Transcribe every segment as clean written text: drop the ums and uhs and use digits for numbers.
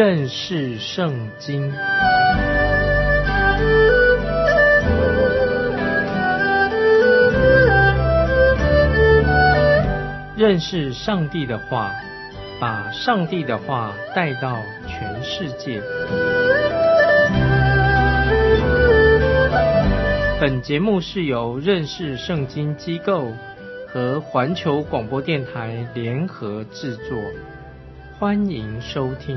认识圣经。认识上帝的话，把上帝的话带到全世界。本节目是由认识圣经机构和环球广播电台联合制作，欢迎收听。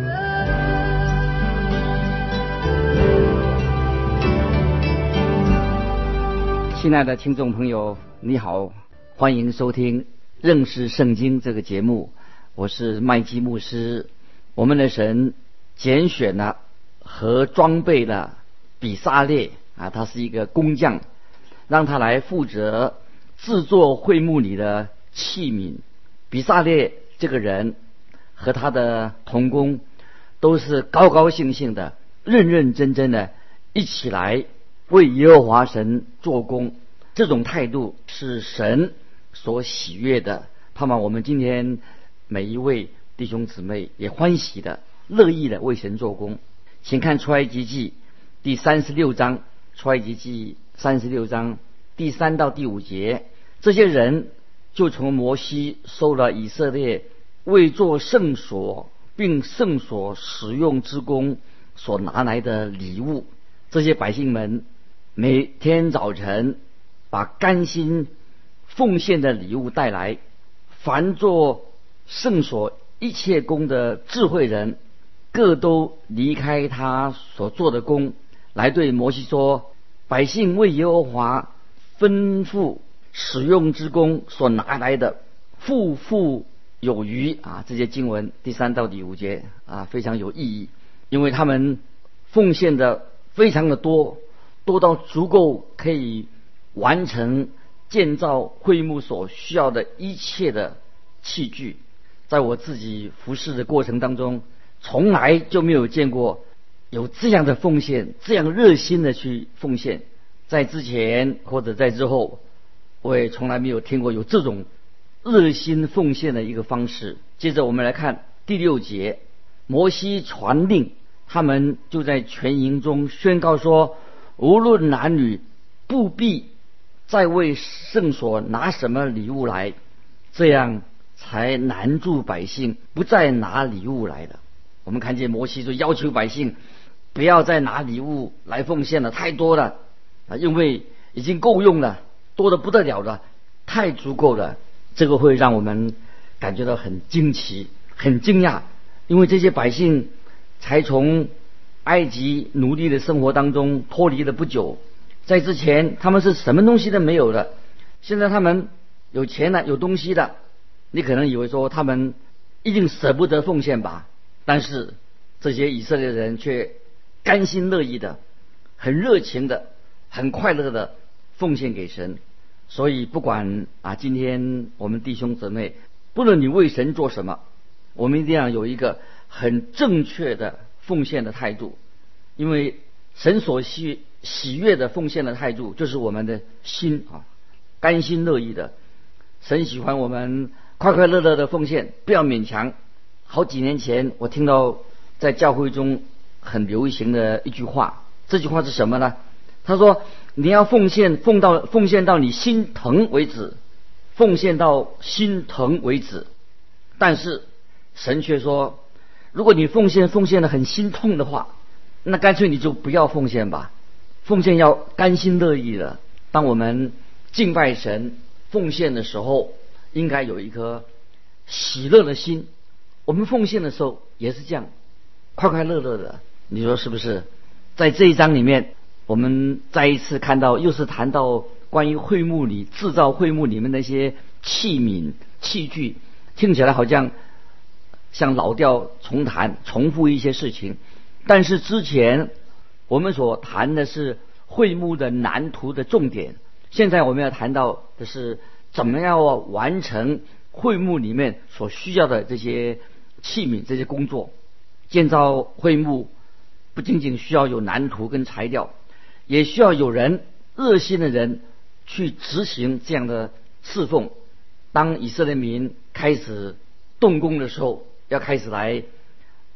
亲爱的听众朋友，你好，欢迎收听认识圣经这个节目，我是麦基牧师。我们的神拣选了和装备了比撒列他是一个工匠，让他来负责制作会幕里的器皿。比撒列这个人和他的同工都是高高兴兴的、认认真真的一起来为耶和华神做工，这种态度是神所喜悦的。盼望我们今天每一位弟兄姊妹也欢喜的、乐意的为神做工。请看出埃及记第36章，出埃及记36章第3到第5节，这些人就从摩西收了以色列为做圣所并圣所使用之功所拿来的礼物。这些百姓们每天早晨把甘心奉献的礼物带来，凡做圣所一切工的智慧人各都离开他所做的工，来对摩西说，百姓为耶和华吩咐使用之功所拿来的富富有余这些经文第3到第5节非常有意义，因为他们奉献的非常的多到足够可以完成建造会幕所需要的一切的器具。在我自己服侍的过程当中，从来就没有见过有这样的奉献，这样热心的去奉献。在之前或者在之后，我也从来没有听过有这种热心奉献的一个方式。接着我们来看第6节，摩西传令，他们就在全营中宣告说，无论男女，不必再为圣所拿什么礼物来，这样才拦住百姓不再拿礼物来了。我们看见摩西就要求百姓不要再拿礼物来奉献了，太多了因为已经够用了，多得不得了了，太足够了。这个会让我们感觉到很惊奇、很惊讶，因为这些百姓才从埃及奴隶的生活当中脱离了不久，在之前他们是什么东西都没有的，现在他们有钱了，有东西了，你可能以为说他们一定舍不得奉献吧，但是这些以色列人却甘心乐意的、很热情的、很快乐的奉献给神。所以不管今天我们弟兄姊妹，不论你为神做什么，我们一定要有一个很正确的奉献的态度，因为神所喜悦的奉献的态度就是我们的心甘心乐意的。神喜欢我们快快乐乐的奉献，不要勉强。好几年前我听到在教会中很流行的一句话，这句话是什么呢？他说，你要奉献到你心疼为止，奉献到心疼为止。但是神却说，如果你奉献得很心痛的话，那干脆你就不要奉献吧。奉献要甘心乐意的。当我们敬拜神奉献的时候，应该有一颗喜乐的心。我们奉献的时候也是这样，快快乐乐的，你说是不是？在这一章里面，我们再一次看到，又是谈到关于会幕里制造会幕里面那些器皿器具，听起来好像老调重弹，重复一些事情。但是之前我们所谈的是会幕的蓝图的重点，现在我们要谈到的是怎么样完成会幕里面所需要的这些器皿、这些工作。建造会幕不仅仅需要有蓝图跟材料，也需要有人热心的人去执行这样的侍奉。当以色列民开始动工的时候，要开始来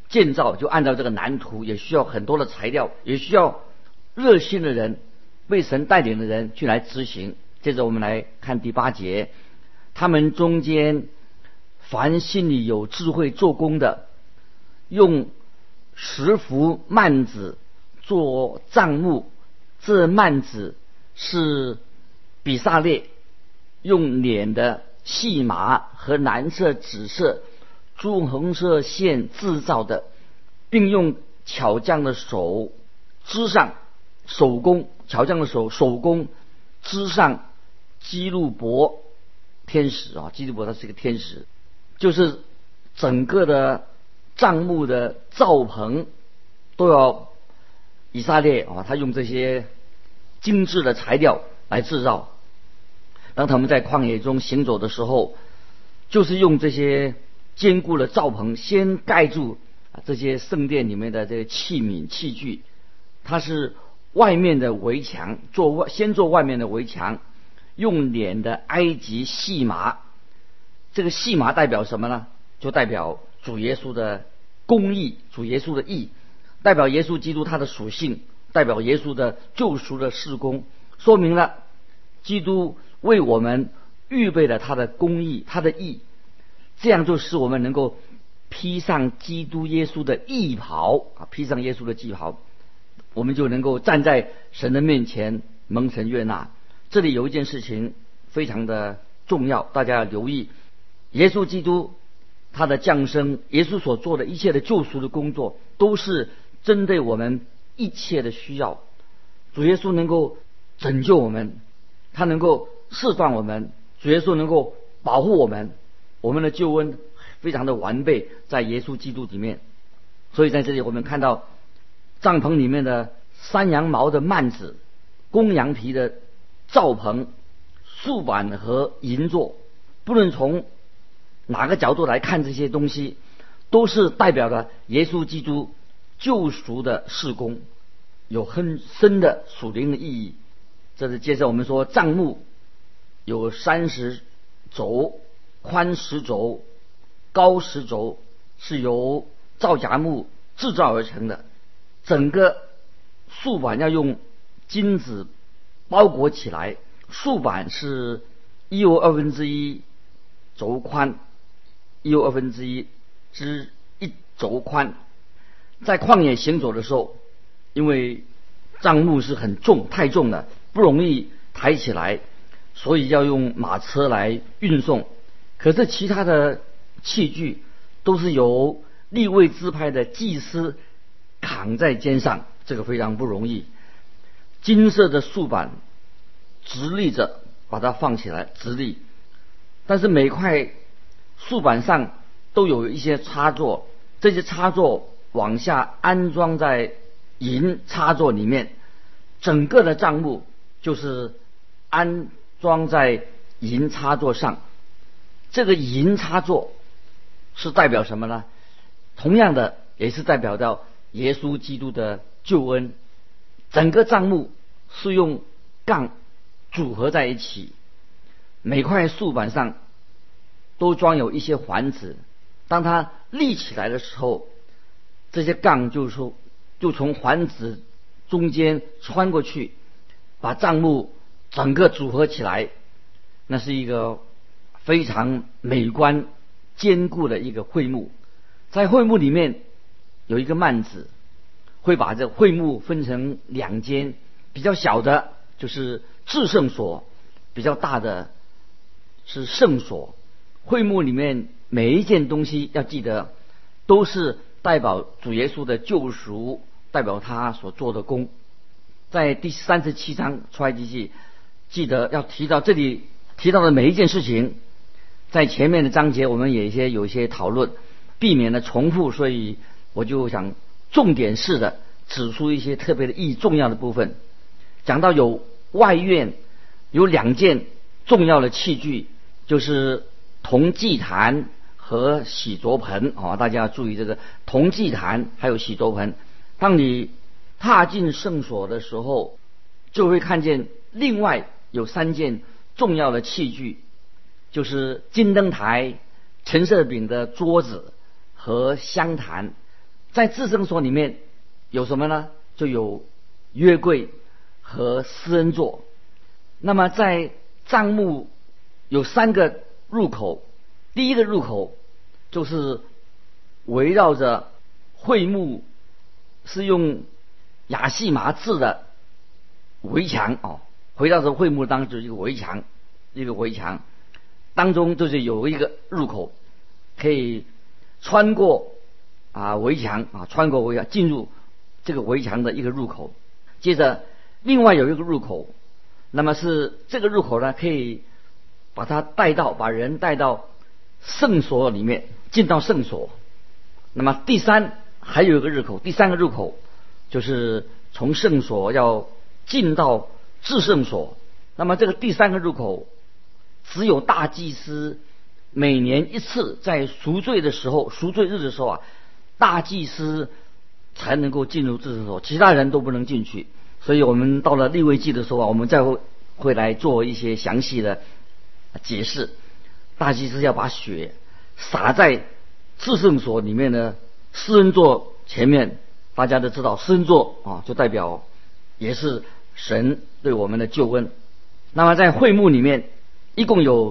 建造，就按照这个蓝图，也需要很多的材料，也需要热心的人，被神带领的人去来执行。接着我们来看第8节，他们中间凡心里有智慧做工的，用10幅幔子做帐幕，这幔子是比萨列用捻的细麻和蓝色、紫色、朱红色线制造的，并用巧匠的手织上手工，巧匠的手工织上基路伯天使啊，基路伯他是一个天使，就是整个的帐幕的罩棚都要以色列啊，他用这些精致的材料来制造。当他们在旷野中行走的时候，就是用这些坚固的罩棚先盖住这些圣殿里面的这些器皿器具，它是外面的围墙，先做外面的围墙，用捻的埃及细麻。这个细麻代表什么呢？就代表主耶稣的公义，主耶稣的义，代表耶稣基督他的属性，代表耶稣的救赎的事工，说明了基督为我们预备了他的公义，他的义，这样就使我们能够披上基督耶稣的义袍啊，披上耶稣的义袍，我们就能够站在神的面前蒙神悦纳。这里有一件事情非常的重要，大家要留意，耶稣基督他的降生，耶稣所做的一切的救赎的工作，都是针对我们一切的需要。主耶稣能够拯救我们，他能够释放我们，主耶稣能够保护我们，我们的救恩非常的完备，在耶稣基督里面。所以在这里我们看到帐篷里面的山羊毛的幔子、公羊皮的罩棚、素板和银座，不论从哪个角度来看，这些东西都是代表了耶稣基督救赎的事工，有很深的属灵的意义。这是接着我们说，帐幕有30轴，宽10轴，高10轴，是由皂荚木制造而成的。整个素板要用金子包裹起来，素板是1又1/2轴宽，1又1/2之1轴宽。在旷野行走的时候，因为帐幕是很重，太重了，不容易抬起来，所以要用马车来运送。可是其他的器具都是由利未支派的祭司扛在肩上，这个非常不容易。金色的素板直立着把它放起来，直立，但是每块素板上都有一些插座，这些插座往下安装在银插座里面，整个的帐幕就是安装在银插座上。这个银插座是代表什么呢？同样的也是代表到耶稣基督的救恩。整个帐幕是用杠组合在一起，每块素板上都装有一些环子，当它立起来的时候，这些杠就从环子中间穿过去，把帐幕整个组合起来。那是一个非常美观坚固的一个会幕。在会幕里面有一个幔子，会把这会幕分成2间，比较小的就是至圣所，比较大的是圣所。会幕里面每一件东西要记得都是代表主耶稣的救赎，代表他所做的工。在第37章出埃及记，记得要提到这里提到的每一件事情，在前面的章节我们也有一些讨论，避免了重复，所以我就想重点式的指出一些特别的意义重要的部分。讲到有外院有2件重要的器具，就是铜祭坛和洗濯盆啊，大家要注意这个铜祭坛还有洗濯盆。当你踏进圣所的时候，就会看见另外有3件重要的器具，就是金灯台、陈设饼的桌子和香坛。 在至圣所里面有什么呢？就有约柜和施恩座。那么在帐幕有3个入口，第一个入口就是围绕着会幕，是用亚细麻制的围墙围绕着会幕当中一个围墙，当中就是有一个入口，可以穿过围墙进入这个围墙的一个入口。接着另外有一个入口，那么是这个入口呢，可以把人带到圣所里面，进到圣所。那么还有一个入口，第3个入口就是从圣所要进到至圣所。那么这个第3个入口只有大祭司每年一次在赎罪日的时候大祭司才能够进入至圣所，其他人都不能进去。所以我们到了利未记的时候我们再会来做一些详细的解释。大祭司要把血洒在至圣所里面的施恩座前面，大家都知道施恩座就代表也是神对我们的救恩。那么在会幕里面一共有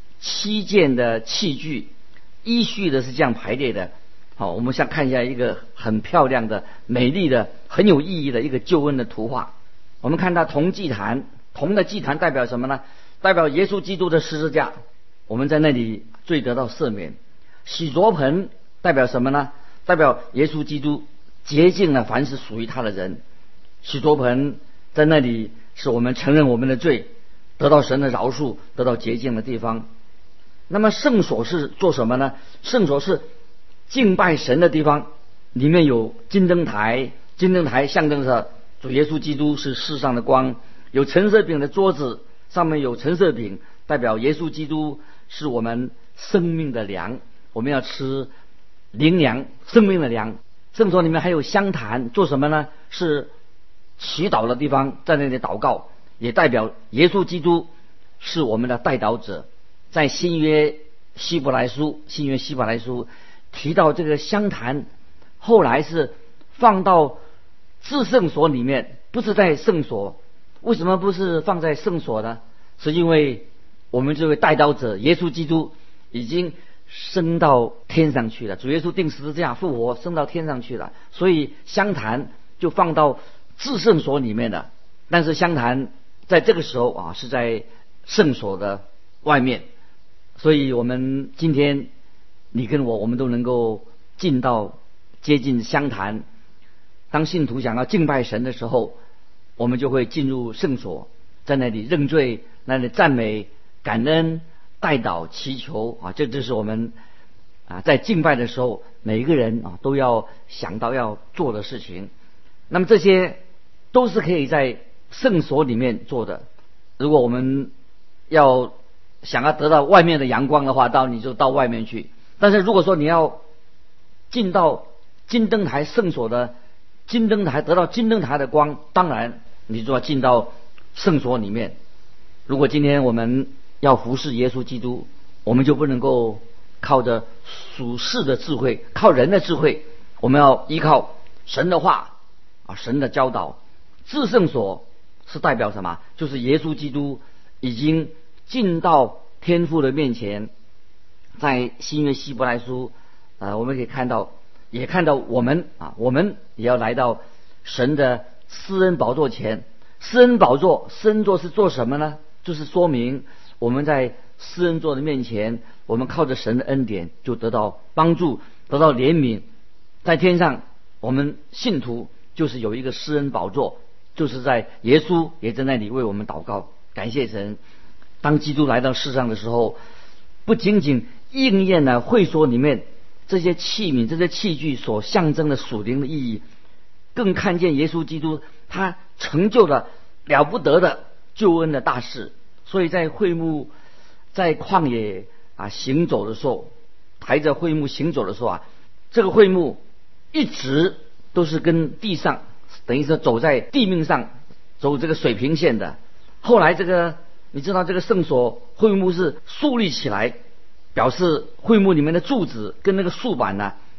7件的器具，依序的是这样排列的。我们看一下一个很漂亮的、美丽的、很有意义的一个救恩的图画。我们看到铜祭坛，铜的祭坛代表什么呢？代表耶稣基督的十字架，我们在那里罪得到赦免。洗濯盆代表什么呢？代表耶稣基督洁净了凡是属于他的人。洗濯盆在那里是我们承认我们的罪，得到神的饶恕，得到洁净的地方。那么圣所是做什么呢？圣所是敬拜神的地方，里面有金灯台，金灯台象征着主耶稣基督是世上的光。有陈设饼的桌子，上面有陈设饼，代表耶稣基督是我们生命的粮，我们要吃灵粮，生命的粮。圣所里面还有香坛，做什么呢？是祈祷的地方，在那里祷告，也代表耶稣基督是我们的代祷者。在新约希伯来书提到这个香坛，后来是放到至圣所里面，不是在圣所。为什么不是放在圣所呢？是因为我们这位代祷者耶稣基督已经升到天上去了，主耶稣钉十字架复活，升到天上去了，所以香坛就放到至圣所里面了。但是香坛在这个时候是在圣所的外面，所以我们今天你跟我们都能够接近香坛。当信徒想要敬拜神的时候，我们就会进入圣所，在那里认罪，那里赞美、感恩、代祷、祈求这就是我们在敬拜的时候每一个人都要想到要做的事情。那么这些都是可以在圣所里面做的。如果我们想要得到外面的阳光的话，你就到外面去。但是如果说你要进到金灯台圣所的金灯台，得到金灯台的光，当然你就要进到圣所里面。如果今天我们要服侍耶稣基督，我们就不能够靠着属世的智慧，靠人的智慧，我们要依靠神的话神的教导。至圣所是代表什么？就是耶稣基督已经进到天父的面前。在新约希伯来书我们可以看到我们也要来到神的施恩宝座前。施恩座是做什么呢？就是说明我们在施恩座的面前，我们靠着神的恩典就得到帮助，得到怜悯。在天上我们信徒就是有一个施恩宝座，就是在耶稣也在那里为我们祷告。感谢神，当基督来到世上的时候，不仅仅应验了会所里面这些器皿、这些器具所象征的属灵的意义，更看见耶稣基督他成就了了不得的救恩的大事。所以在会幕在旷野行走的时候，抬着会幕行走的时候这个会幕一直都是跟地上，等于是走在地面上，走这个水平线的。后来你知道这个圣所会幕是竖立起来，表示会幕里面的柱子跟那个竖板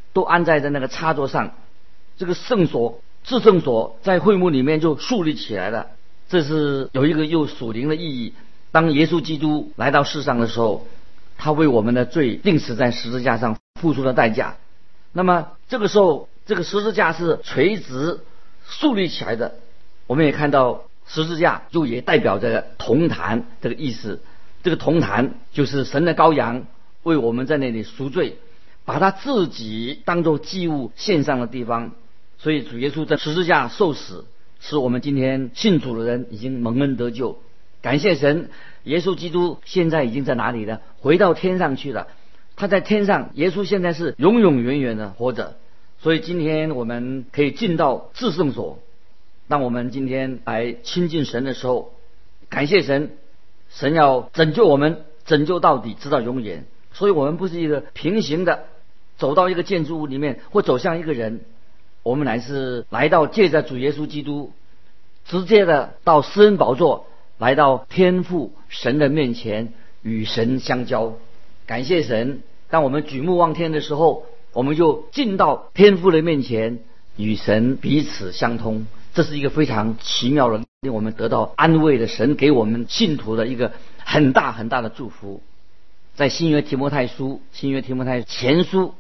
都安在那个插座上。这个圣所、至圣所在会幕里面就树立起来了。这是有一个又属灵的意义。当耶稣基督来到世上的时候，他为我们的罪钉死在十字架上，付出了代价。那么这个时候，这个十字架是垂直树立起来的。我们也看到十字架就也代表着铜坛这个意思。这个铜坛就是神的羔羊为我们在那里赎罪，把他自己当作祭物献上的地方。所以主耶稣在十字架受死，使我们今天信主的人已经蒙恩得救。感谢神，耶稣基督现在已经在哪里呢？回到天上去了。他在天上，耶稣现在是永永远远的活着。所以今天我们可以进到至圣所。当我们今天来亲近神的时候，感谢神，神要拯救我们，拯救到底，直到永远。所以我们不是一个平行的走到一个建筑物里面，或走向一个人，我们乃是来到借着主耶稣基督，直接的到施恩宝座，来到天父神的面前，与神相交。感谢神，当我们举目望天的时候，我们就进到天父的面前，与神彼此相通。这是一个非常奇妙的，令我们得到安慰的神给我们信徒的一个很大很大的祝福。在新约提摩太前书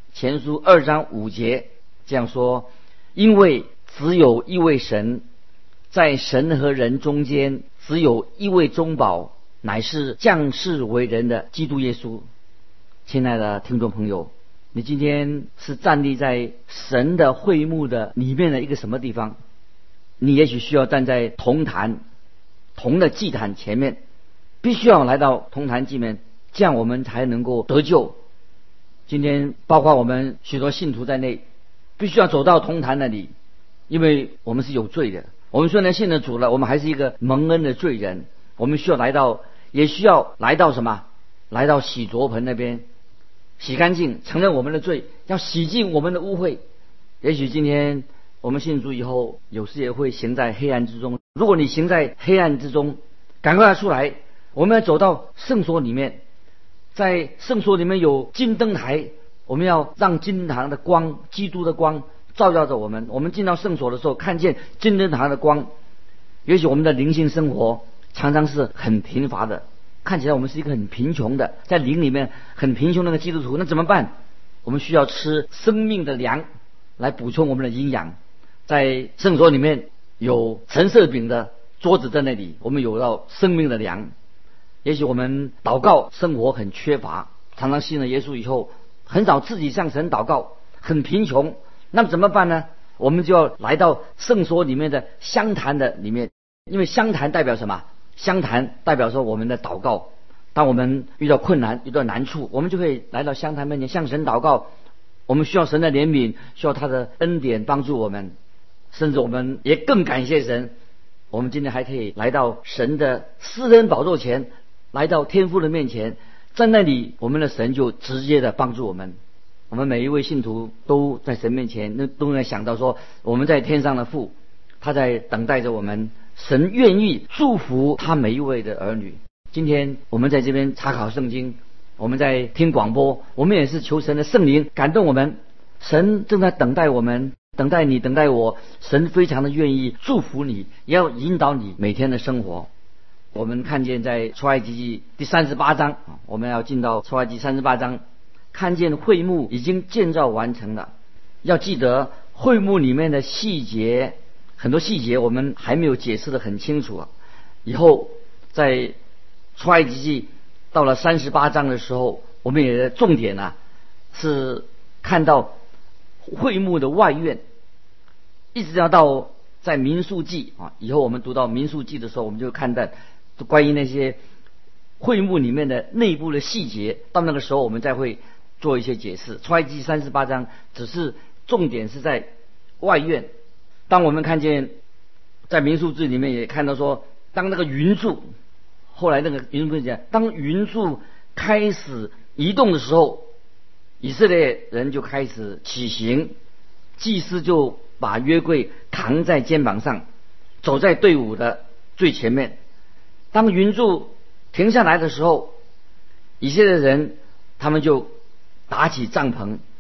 2章5节这样说：因为只有一位神，在神和人中间只有一位中保，乃是降世为人的基督耶稣。亲爱的听众朋友，你今天是站立在神的会幕的里面的一个什么地方？你也许需要站在铜的祭坛前面，必须要来到铜坛祭面，这样我们才能够得救。今天包括我们许多信徒在内，必须要走到铜坛那里，因为我们是有罪的。我们虽然信了主了，我们还是一个蒙恩的罪人。我们需要来到，也需要来到什么？来到洗濯盆那边，洗干净，承认我们的罪，要洗净我们的污秽。也许今天我们信主以后，有时也会行在黑暗之中。如果你行在黑暗之中，赶快出来，我们要走到圣所里面。在圣所里面有金灯台，我们要让金灯台的光，基督的光照耀着我们。我们进到圣所的时候，看见金灯台的光。也许我们的灵性生活常常是很贫乏的，看起来我们是一个很贫穷的，在灵里面很贫穷的基督徒，那怎么办？我们需要吃生命的粮来补充我们的营养。在圣所里面有陈设饼的桌子在那里，我们有到生命的粮。也许我们祷告生活很缺乏，常常信了耶稣以后，很少自己向神祷告，很贫穷。那么怎么办呢？我们就要来到圣所里面的香坛的里面，因为香坛代表什么？香坛代表说我们的祷告。当我们遇到困难、遇到难处，我们就可以来到香坛面前向神祷告。我们需要神的怜悯，需要他的恩典帮助我们，甚至我们也更感谢神，我们今天还可以来到神的施恩宝座前，来到天父的面前，在那里我们的神就直接的帮助我们。我们每一位信徒都在神面前，都能想到说，我们在天上的父，他在等待着我们，神愿意祝福他每一位的儿女。今天我们在这边查考圣经，我们在听广播，我们也是求神的圣灵感动我们。神正在等待我们，等待你，等待我。神非常的愿意祝福你，也要引导你每天的生活。我们看见在出埃及记第38章，我们要进到出埃及38章，看见会幕已经建造完成了。要记得会幕里面的细节，很多细节我们还没有解释得很清楚。以后在出埃及记到了38章的时候，我们也重点是看到会幕的外院，一直要到在民数记以后我们读到民数记的时候，我们就看到关于那些会幕里面的内部的细节，到那个时候我们再会做一些解释。出埃及38章只是重点是在外院。当我们看见在民数记里面也看到说，当那个云柱，后来那个云柱讲，当云柱开始移动的时候，以色列人就开始起行，祭司就把约柜扛在肩膀上，走在队伍的最前面。当云柱停下来的时候，以色列人他们就搭起帐篷，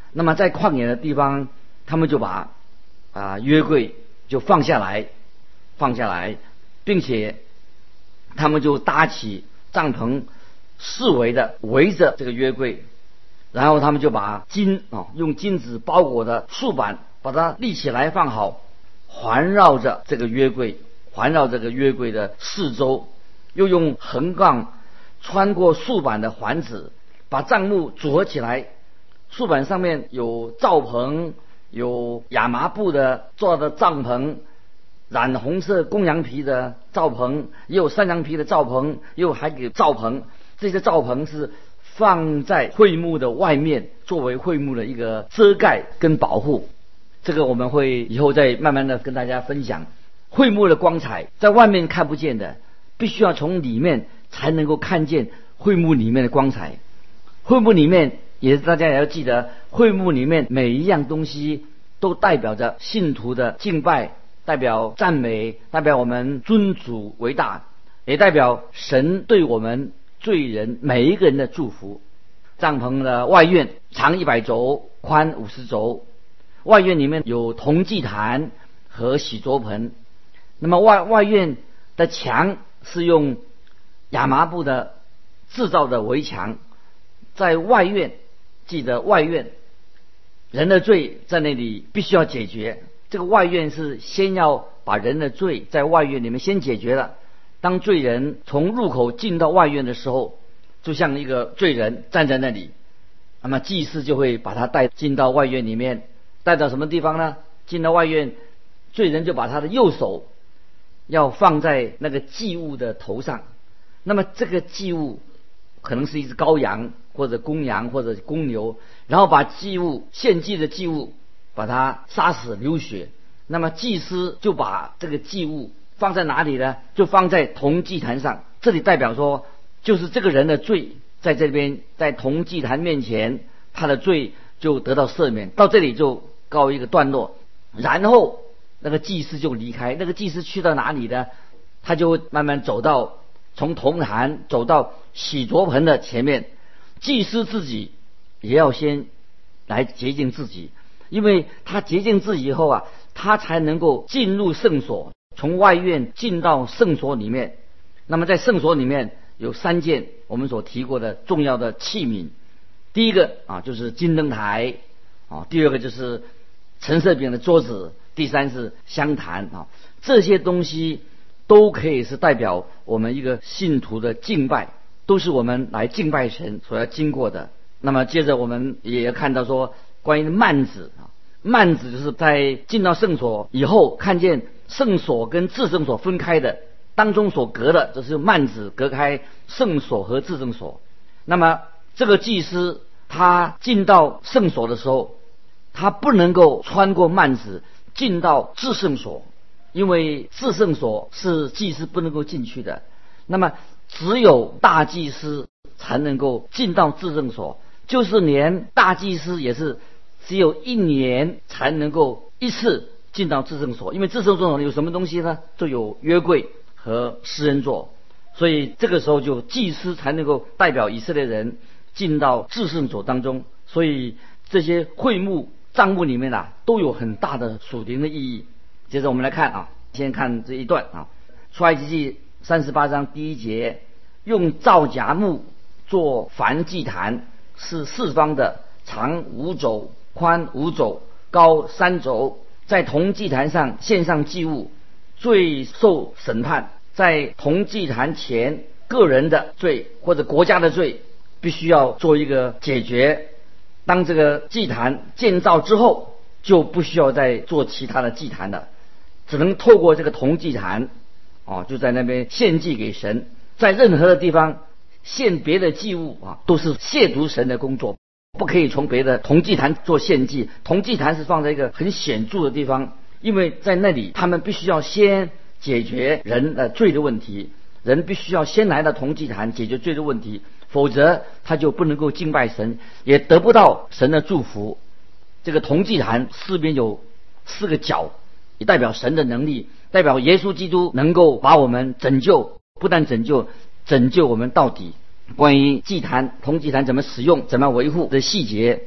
那么在旷野的地方，他们就把约柜就放下来，并且他们就搭起帐篷，四围的围着这个约柜，然后他们就把用金子包裹的树板把它立起来放好，环绕着这个约柜的四周，又用横杠穿过树板的环子，把帐幕组合起来。树板上面有罩棚，有亚麻布的做的帐篷，染红色公羊皮的罩棚，也有山羊皮的罩棚，还有罩棚。这些罩棚是放在会幕的外面，作为会幕的一个遮盖跟保护。这个我们会以后再慢慢的跟大家分享。会幕的光彩在外面看不见的，必须要从里面才能够看见会幕里面的光彩。会幕里面大家也要记得，会幕里面每一样东西都代表着信徒的敬拜，代表赞美，代表我们尊主为大，也代表神对我们罪人每一个人的祝福。帐篷的外院长100肘，宽50肘，外院里面有铜祭坛和洗濯盆。那么外院的墙是用亚麻布的制造的围墙，在外院，记得外院人的罪在那里必须要解决。这个外院是先要把人的罪在外院里面先解决了。当罪人从入口进到外院的时候，就像一个罪人站在那里，那么祭司就会把他带进到外院里面。带到什么地方呢？进到外院，罪人就把他的右手要放在那个祭物的头上。那么这个祭物可能是一只羔羊或者公羊或者公牛，然后把献祭的祭物把它杀死流血。那么祭司就把这个祭物放在哪里呢？就放在铜祭坛上。这里代表说，就是这个人的罪在这边，在铜祭坛面前，他的罪就得到赦免。到这里就告一个段落，然后那个祭司就离开。那个祭司去到哪里呢？他就慢慢从铜坛走到洗濯盆的前面。祭司自己也要先来洁净自己，因为他洁净自己以后他才能够进入圣所，从外院进到圣所里面。那么在圣所里面有3件我们所提过的重要的器皿。第一个就是金灯台，第二个就是陈设饼的桌子，第三是香坛。这些东西都可以是代表我们一个信徒的敬拜，都是我们来敬拜神所要经过的。那么接着我们也要看到说，关于幔子，幔子就是在进到圣所以后，看见圣所跟至圣所分开的，当中所隔的，这是幔子隔开圣所和至圣所。那么这个祭司他进到圣所的时候，他不能够穿过幔子进到至圣所，因为至圣所是祭司不能够进去的。那么只有大祭司才能够进到至圣所，就是连大祭司也是只有1年才能够一次进到至圣所。因为至圣所有什么东西呢？就有约柜和施恩座，所以这个时候就祭司才能够代表以色列人进到至圣所当中。所以这些会幕帐幕里面都有很大的属灵的意义。接着我们来看先看这一段出埃及记38章第1节，用皂荚木做燔祭坛，是4方的，长5肘，宽5肘，高3肘，在铜祭坛上献上祭物，罪受审判。在铜祭坛前，个人的罪或者国家的罪必须要做一个解决。当这个祭坛建造之后，就不需要再做其他的祭坛了，只能透过这个铜祭坛就在那边献祭给神。在任何的地方献别的祭物都是亵渎神的工作，不可以从别的铜祭坛做献祭。铜祭坛是放在一个很显著的地方，因为在那里他们必须要先解决人的罪的问题，人必须要先来到铜祭坛解决罪的问题，否则他就不能够敬拜神，也得不到神的祝福。这个铜祭坛四边有4个角，也代表神的能力，代表耶稣基督能够把我们拯救，不但拯救我们到底。关于祭坛铜祭坛怎么使用怎么维护的细节，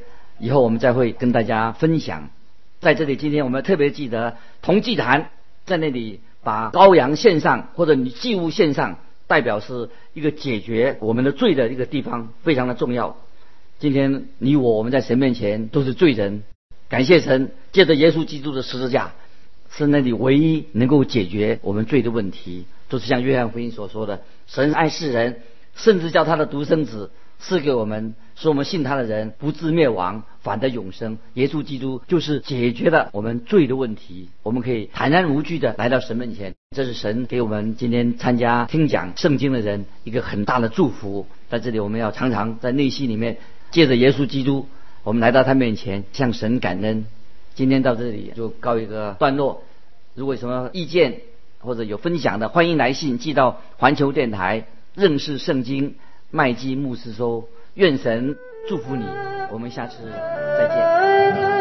以后我们再会跟大家分享。在这里，今天我们特别记得同祭坛，在那里把羔羊献上，或者你祭物献上，代表是一个解决我们的罪的一个地方，非常的重要。今天你我们在神面前都是罪人，感谢神，借着耶稣基督的十字架，是那里唯一能够解决我们罪的问题。就是像约翰福音所说的，神爱世人，甚至叫他的独生子赐给我们，使我们信他的人不至灭亡，反得永生。耶稣基督就是解决了我们罪的问题，我们可以坦然无惧的来到神面前。这是神给我们今天参加听讲圣经的人一个很大的祝福。在这里，我们要常常在内心里面借着耶稣基督，我们来到他面前向神感恩。今天到这里就告一个段落，如果有什么意见或者有分享的，欢迎来信寄到环球电台认识圣经麦基牧师收。愿神祝福你，我们下次再见。